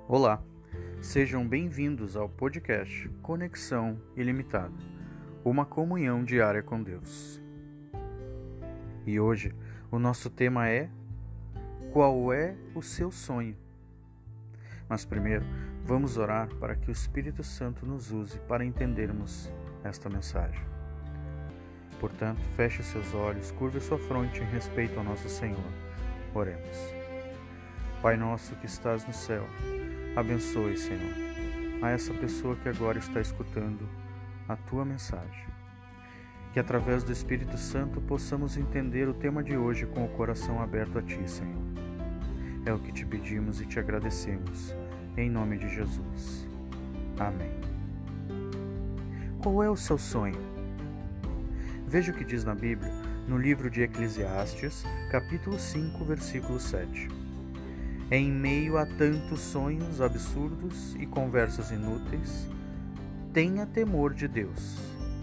Olá, sejam bem-vindos ao podcast Conexão Ilimitada, uma comunhão diária com Deus. E hoje o nosso tema é: qual é o seu sonho? Mas primeiro, vamos orar para que o Espírito Santo nos use para entendermos esta mensagem. Portanto, feche seus olhos, curve sua fronte em respeito ao nosso Senhor. Oremos. Pai nosso que estás no céu, abençoe, Senhor, a essa pessoa que agora está escutando a Tua mensagem. Que através do Espírito Santo possamos entender o tema de hoje com o coração aberto a Ti, Senhor. É o que te pedimos e te agradecemos, em nome de Jesus. Amém. Qual é o seu sonho? Veja o que diz na Bíblia, no livro de Eclesiastes, capítulo 5, versículo 7. Em meio a tantos sonhos absurdos e conversas inúteis, tenha temor de Deus.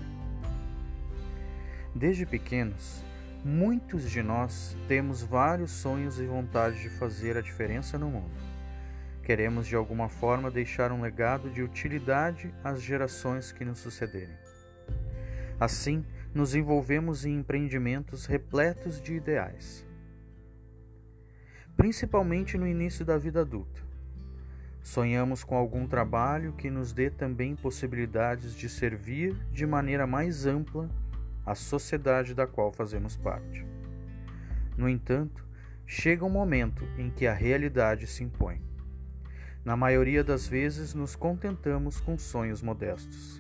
Desde pequenos, muitos de nós temos vários sonhos e vontade de fazer a diferença no mundo. Queremos de alguma forma deixar um legado de utilidade às gerações que nos sucederem. Assim, nos envolvemos em empreendimentos repletos de ideais, principalmente no início da vida adulta. Sonhamos com algum trabalho que nos dê também possibilidades de servir de maneira mais ampla à sociedade da qual fazemos parte. No entanto, chega um momento em que a realidade se impõe. Na maioria das vezes, nos contentamos com sonhos modestos.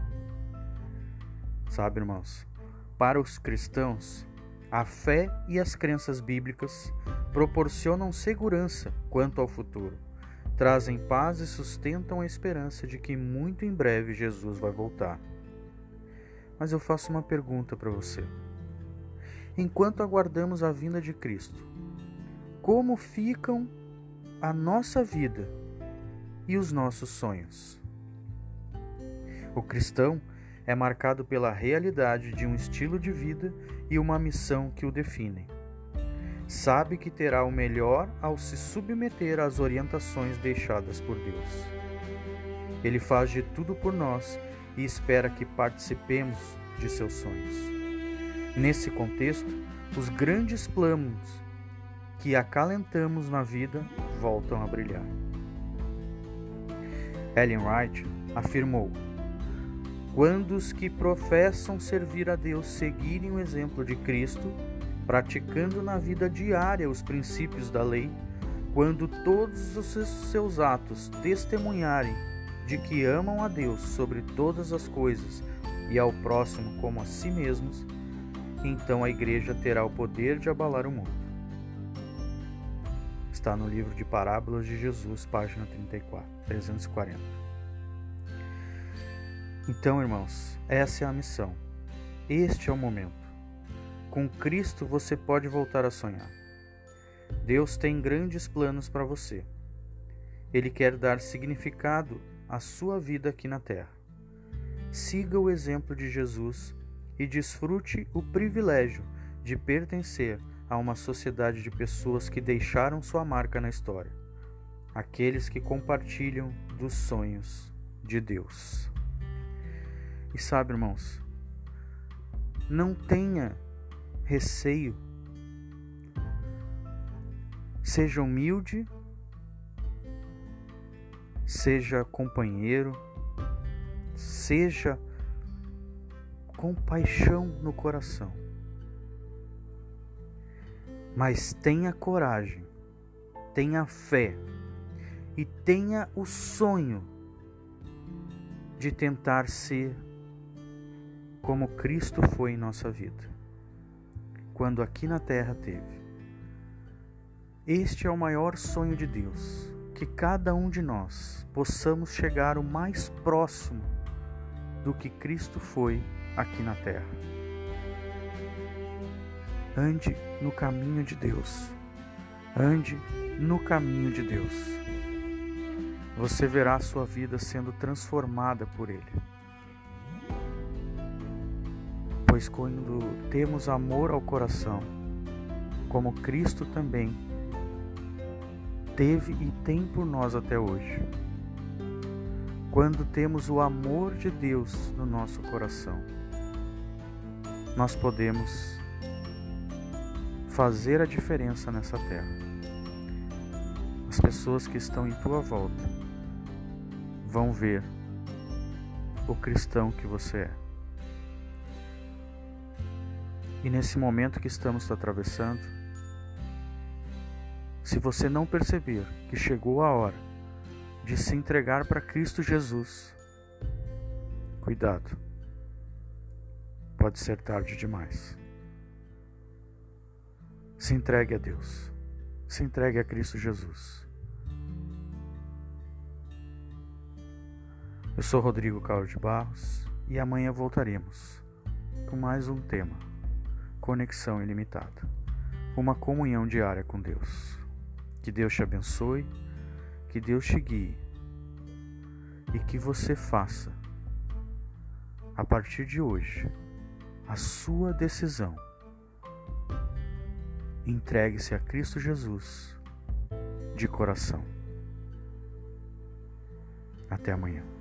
Sabe, irmãos, para os cristãos, a fé e as crenças bíblicas proporcionam segurança quanto ao futuro, trazem paz e sustentam a esperança de que muito em breve Jesus vai voltar. Mas eu faço uma pergunta para você. Enquanto aguardamos a vinda de Cristo, como ficam a nossa vida e os nossos sonhos? O cristão é marcado pela realidade de um estilo de vida e uma missão que o definem. Sabe que terá o melhor ao se submeter às orientações deixadas por Deus. Ele faz de tudo por nós e espera que participemos de seus sonhos. Nesse contexto, os grandes planos que acalentamos na vida voltam a brilhar. Ellen White afirmou: quando os que professam servir a Deus seguirem o exemplo de Cristo, praticando na vida diária os princípios da lei, quando todos os seus atos testemunharem de que amam a Deus sobre todas as coisas e ao próximo como a si mesmos, então a igreja terá o poder de abalar o mundo. Está no livro de Parábolas de Jesus, página 340. Então, irmãos, essa é a missão. Este é o momento. Com Cristo você pode voltar a sonhar. Deus tem grandes planos para você. Ele quer dar significado à sua vida aqui na terra. Siga o exemplo de Jesus e desfrute o privilégio de pertencer a uma sociedade de pessoas que deixaram sua marca na história. Aqueles que compartilham dos sonhos de Deus. E sabe, irmãos, não tenha receio. Seja humilde, seja companheiro, seja com paixão no coração. Mas tenha coragem, tenha fé e tenha o sonho de tentar ser como Cristo foi em nossa vida, quando aqui na terra teve. Este é o maior sonho de Deus, que cada um de nós possamos chegar o mais próximo do que Cristo foi aqui na terra. Ande no caminho de Deus. Ande no caminho de Deus. Você verá a sua vida sendo transformada por Ele. Pois quando temos amor ao coração, como Cristo também teve e tem por nós até hoje. Quando temos o amor de Deus no nosso coração, nós podemos fazer a diferença nessa terra. As pessoas que estão em tua volta vão ver o cristão que você é. E nesse momento que estamos atravessando, se você não perceber que chegou a hora de se entregar para Cristo Jesus, cuidado, pode ser tarde demais. Se entregue a Deus, se entregue a Cristo Jesus. Eu sou Rodrigo Carlos de Barros e amanhã voltaremos com mais um tema: conexão ilimitada, uma comunhão diária com Deus. Que Deus te abençoe, que Deus te guie e que você faça, a partir de hoje, a sua decisão. Entregue-se a Cristo Jesus de coração. Até amanhã.